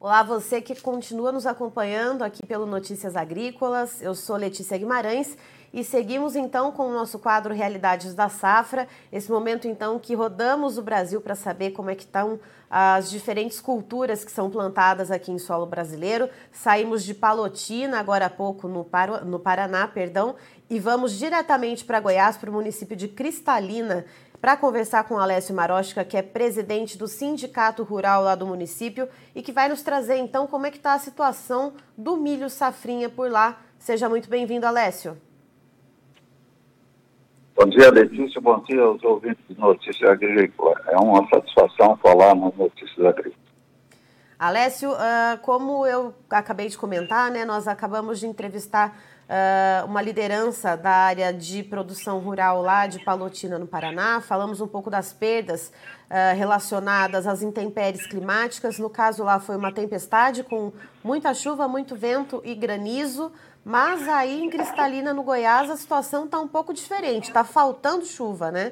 Olá, você que continua nos acompanhando aqui pelo Notícias Agrícolas. Eu sou Letícia Guimarães e seguimos então com o nosso quadro Realidades da Safra. Esse momento então que rodamos o Brasil para saber como é que estão as diferentes culturas que são plantadas aqui em solo brasileiro. Saímos de Palotina agora há pouco no Paraná, e vamos diretamente para Goiás, para o município de Cristalina, para conversar com Alessio Marochka, que é presidente do Sindicato Rural lá do município e que vai nos trazer, então, como é que está a situação do milho safrinha por lá. Seja muito bem-vindo, Alessio. Bom dia, Letícia. Bom dia aos ouvintes de Notícias Agrícolas. É uma satisfação falar nas Notícias Agrícolas. Alessio, como eu acabei de comentar, né, nós acabamos de entrevistar uma liderança da área de produção rural lá de Palotina, no Paraná. Falamos um pouco das perdas relacionadas às intempéries climáticas. No caso lá foi uma tempestade com muita chuva, muito vento e granizo, mas aí em Cristalina, no Goiás, a situação está um pouco diferente. Está faltando chuva, né?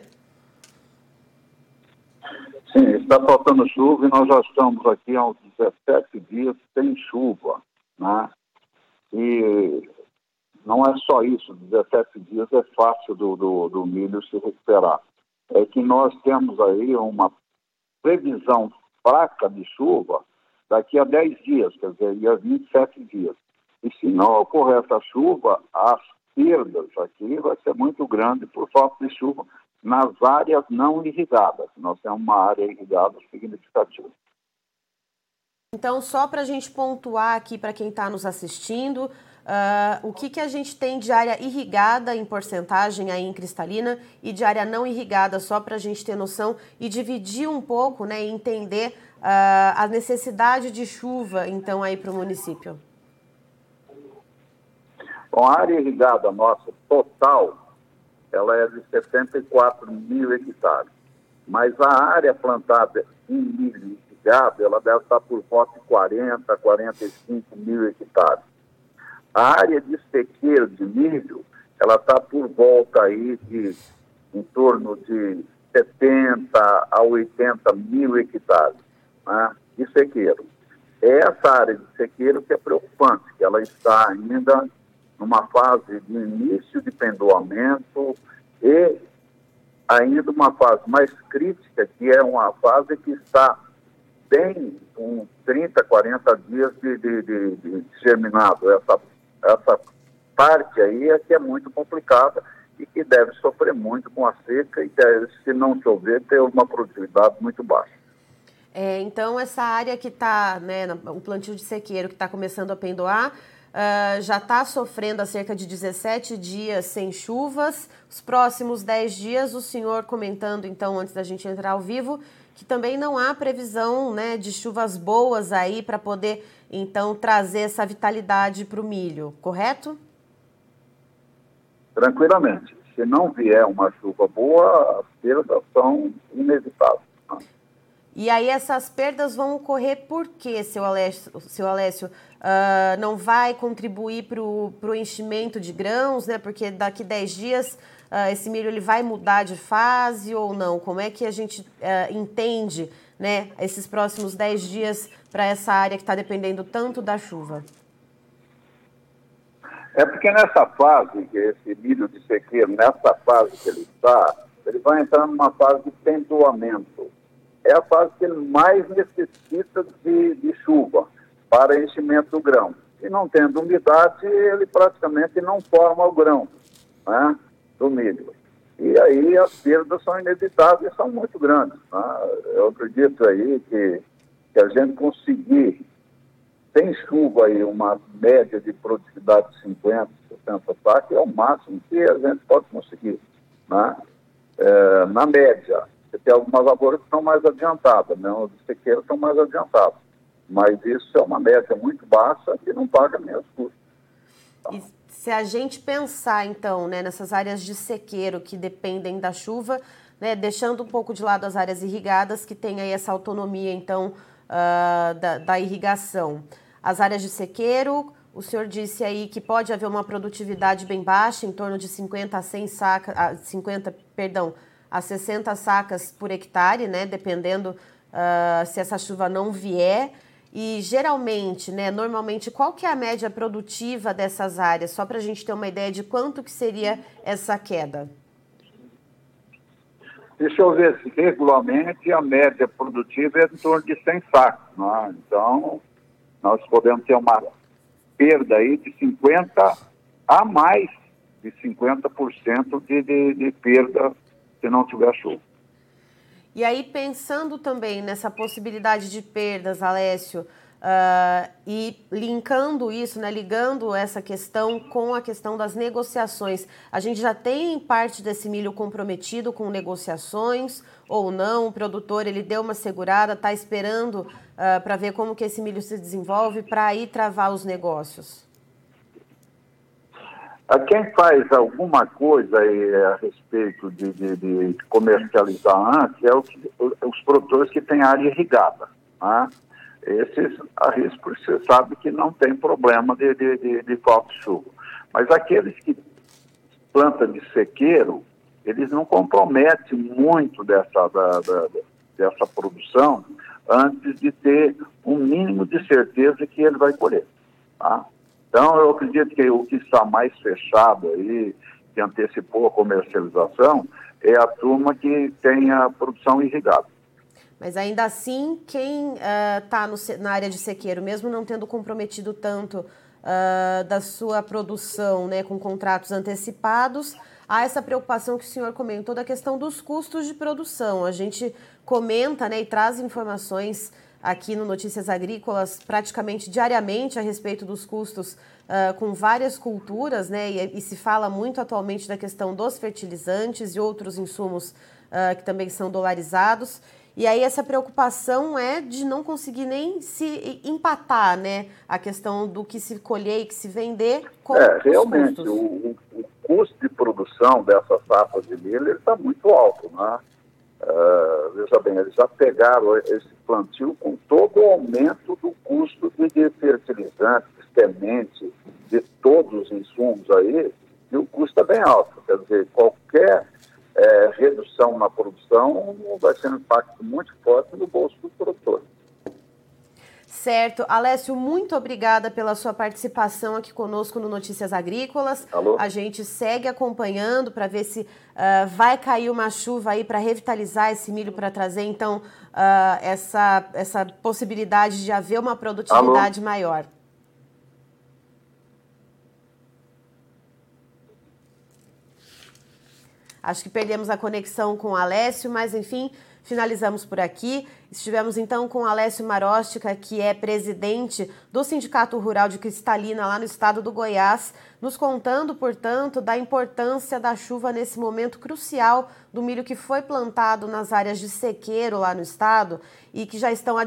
Sim, está faltando chuva e nós já estamos aqui há uns 17 dias sem chuva, né? E não é só isso, 17 dias é fácil do milho se recuperar. É que nós temos aí uma previsão fraca de chuva daqui a 10 dias, quer dizer, a 27 dias. E se não ocorrer essa chuva, as perdas aqui vai ser muito grande por falta de chuva nas áreas não irrigadas. Nós temos uma área irrigada significativa. Então, só para a gente pontuar aqui para quem está nos assistindo, o que a gente tem de área irrigada em porcentagem aí em Cristalina e de área não irrigada, só para a gente ter noção e dividir um pouco, né, e entender a necessidade de chuva, então, aí para o município. Bom, a área irrigada nossa total, ela é de 74 mil hectares, mas a área plantada em milho irrigado, ela deve estar por volta de 40, 45 mil hectares. A área de sequeiro de milho, ela está por volta aí de em torno de 70 a 80 mil hectares, né, de sequeiro. É essa área de sequeiro que é preocupante, que ela está ainda numa fase de início de pendoamento e ainda uma fase mais crítica, que é uma fase que está bem com 30, 40 dias de germinado. Essa parte aí é que é muito complicada e que deve sofrer muito com a seca e deve, se não chover, ter uma produtividade muito baixa. Então, essa área que está, né, o plantio de sequeiro que está começando a pendoar, já está sofrendo há cerca de 17 dias sem chuvas. Os próximos 10 dias, o senhor comentando, então, antes da gente entrar ao vivo, que também não há previsão, né, de chuvas boas aí para poder, então, trazer essa vitalidade para o milho, correto? Tranquilamente. Se não vier uma chuva boa, as perdas são inevitáveis. E aí essas perdas vão ocorrer por quê, seu Alessio? Não vai contribuir para o enchimento de grãos, né? Porque daqui 10 dias esse milho ele vai mudar de fase ou não? Como é que a gente entende, né, esses próximos 10 dias para essa área que está dependendo tanto da chuva? É porque nessa fase, que esse milho de sequeiro, nessa fase que ele está, ele vai entrar numa fase de pendoamento. É a fase que ele mais necessita de chuva para enchimento do grão. E não tendo umidade, ele praticamente não forma o grão, né, do milho. E aí as perdas são inevitáveis e são muito grandes. Né? Eu acredito aí que a gente conseguir, sem chuva aí, uma média de produtividade de 50, 60 sacas, é o máximo que a gente pode conseguir, né? Na média. Tem algumas lavouras que estão mais adiantadas, né? Os sequeiros estão mais adiantados. Mas isso é uma média muito baixa que não paga nem os custos. E se a gente pensar, então, né, nessas áreas de sequeiro que dependem da chuva, né, deixando um pouco de lado as áreas irrigadas, que têm aí essa autonomia, então, da irrigação. As áreas de sequeiro, o senhor disse aí que pode haver uma produtividade bem baixa, em torno de 50 a 100 sacas, a 60 sacas por hectare, né, dependendo se essa chuva não vier. E geralmente, né, normalmente, qual que é a média produtiva dessas áreas? Só para a gente ter uma ideia de quanto que seria essa queda. Deixa eu ver se regularmente a média produtiva é em torno de 100 sacos, né? Então, nós podemos ter uma perda aí de 50% a mais de 50% de perda se não tiver chuva. E aí, pensando também nessa possibilidade de perdas, Alessio, e linkando isso, né, ligando essa questão com a questão das negociações, a gente já tem parte desse milho comprometido com negociações ou não? O produtor ele deu uma segurada, está esperando para ver como que esse milho se desenvolve para aí travar os negócios? Quem faz alguma coisa a respeito de comercializar antes é os produtores que têm área irrigada, né? Esses, a risco, você sabe que não tem problema de falta de chuva. Mas aqueles que plantam de sequeiro, eles não comprometem muito dessa produção antes de ter um mínimo de certeza que ele vai colher, tá? Então, eu acredito que o que está mais fechado aí, que antecipou a comercialização, é a turma que tem a produção irrigada. Mas ainda assim, quem está na área de sequeiro, mesmo não tendo comprometido tanto da sua produção, né, com contratos antecipados, há essa preocupação que o senhor comentou da questão dos custos de produção. A gente comenta, né, e traz informações aqui no Notícias Agrícolas praticamente diariamente a respeito dos custos com várias culturas, né, e se fala muito atualmente da questão dos fertilizantes e outros insumos que também são dolarizados. E aí essa preocupação é de não conseguir nem se empatar, né, a questão do que se colher e que se vender com os realmente, custos. O custo de produção dessa safra de milho está muito alto, né? Veja bem, eles já pegaram esse plantio com todo o aumento do custo de fertilizantes, sementes, de todos os insumos aí, e o custo é bem alto. Quer dizer, qualquer redução na produção vai ser um impacto muito forte no bolso do produtor. Certo. Alessio, muito obrigada pela sua participação aqui conosco no Notícias Agrícolas. Alô? A gente segue acompanhando para ver se vai cair uma chuva aí para revitalizar esse milho, para trazer, então, essa possibilidade de haver uma produtividade maior. Acho que perdemos a conexão com o Alessio, mas, enfim, finalizamos por aqui. Estivemos, então, com o Alessio Marostica, que é presidente do Sindicato Rural de Cristalina, lá no estado do Goiás, nos contando, portanto, da importância da chuva nesse momento crucial do milho que foi plantado nas áreas de sequeiro lá no estado e que já estão há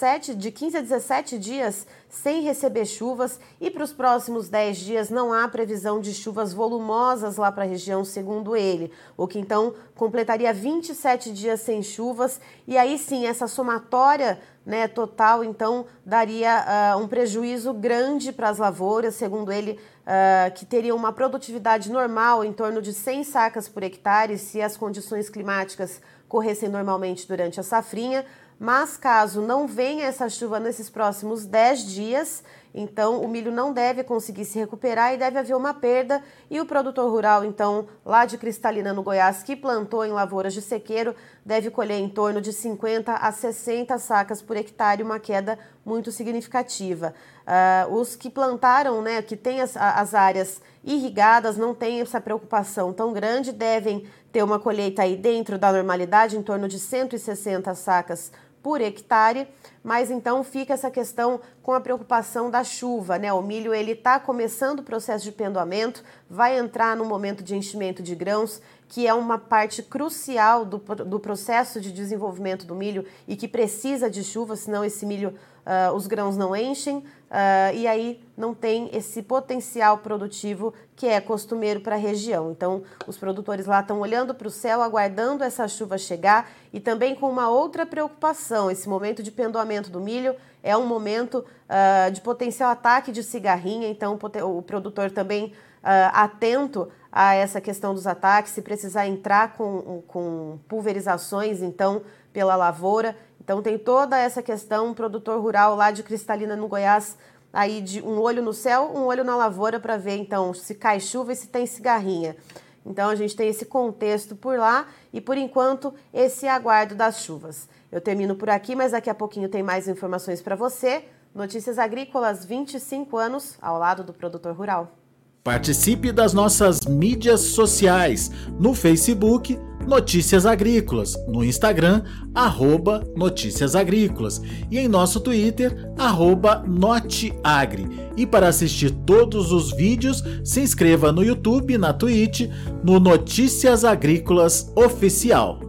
de 15 a 17 dias sem receber chuvas, e para os próximos 10 dias não há previsão de chuvas volumosas lá para a região, segundo ele, o que então completaria 27 dias sem chuvas, e aí sim essa somatória, né, total, então daria um prejuízo grande para as lavouras, segundo ele, que teriam uma produtividade normal em torno de 100 sacas por hectare se as condições climáticas corressem normalmente durante a safrinha. Mas caso não venha essa chuva nesses próximos 10 dias, então o milho não deve conseguir se recuperar e deve haver uma perda. E o produtor rural, então, lá de Cristalina, no Goiás, que plantou em lavouras de sequeiro, deve colher em torno de 50 a 60 sacas por hectare, uma queda muito significativa. Os que plantaram, né, que têm as áreas irrigadas, não têm essa preocupação tão grande, devem ter uma colheita aí dentro da normalidade, em torno de 160 sacas por hectare, mas então fica essa questão com a preocupação da chuva, né? O milho ele está começando o processo de pendoamento, vai entrar no momento de enchimento de grãos, que é uma parte crucial do processo de desenvolvimento do milho e que precisa de chuva, senão esse milho, os grãos não enchem, e aí não tem esse potencial produtivo que é costumeiro para a região. Então, os produtores lá estão olhando para o céu, aguardando essa chuva chegar e também com uma outra preocupação. Esse momento de pendoamento do milho é um momento de potencial ataque de cigarrinha, então o produtor também atento a essa questão dos ataques, se precisar entrar com pulverizações, então, pela lavoura. Então tem toda essa questão, um produtor rural lá de Cristalina, no Goiás, aí de um olho no céu, um olho na lavoura para ver então se cai chuva e se tem cigarrinha. Então a gente tem esse contexto por lá e por enquanto esse aguardo das chuvas. Eu termino por aqui, mas daqui a pouquinho tem mais informações para você. Notícias Agrícolas, 25 anos ao lado do produtor rural. Participe das nossas mídias sociais, no Facebook, Notícias Agrícolas, no Instagram, @Notícias Agrícolas e em nosso Twitter, @Noteagri. E para assistir todos os vídeos, se inscreva no YouTube, na Twitch, no Notícias Agrícolas Oficial.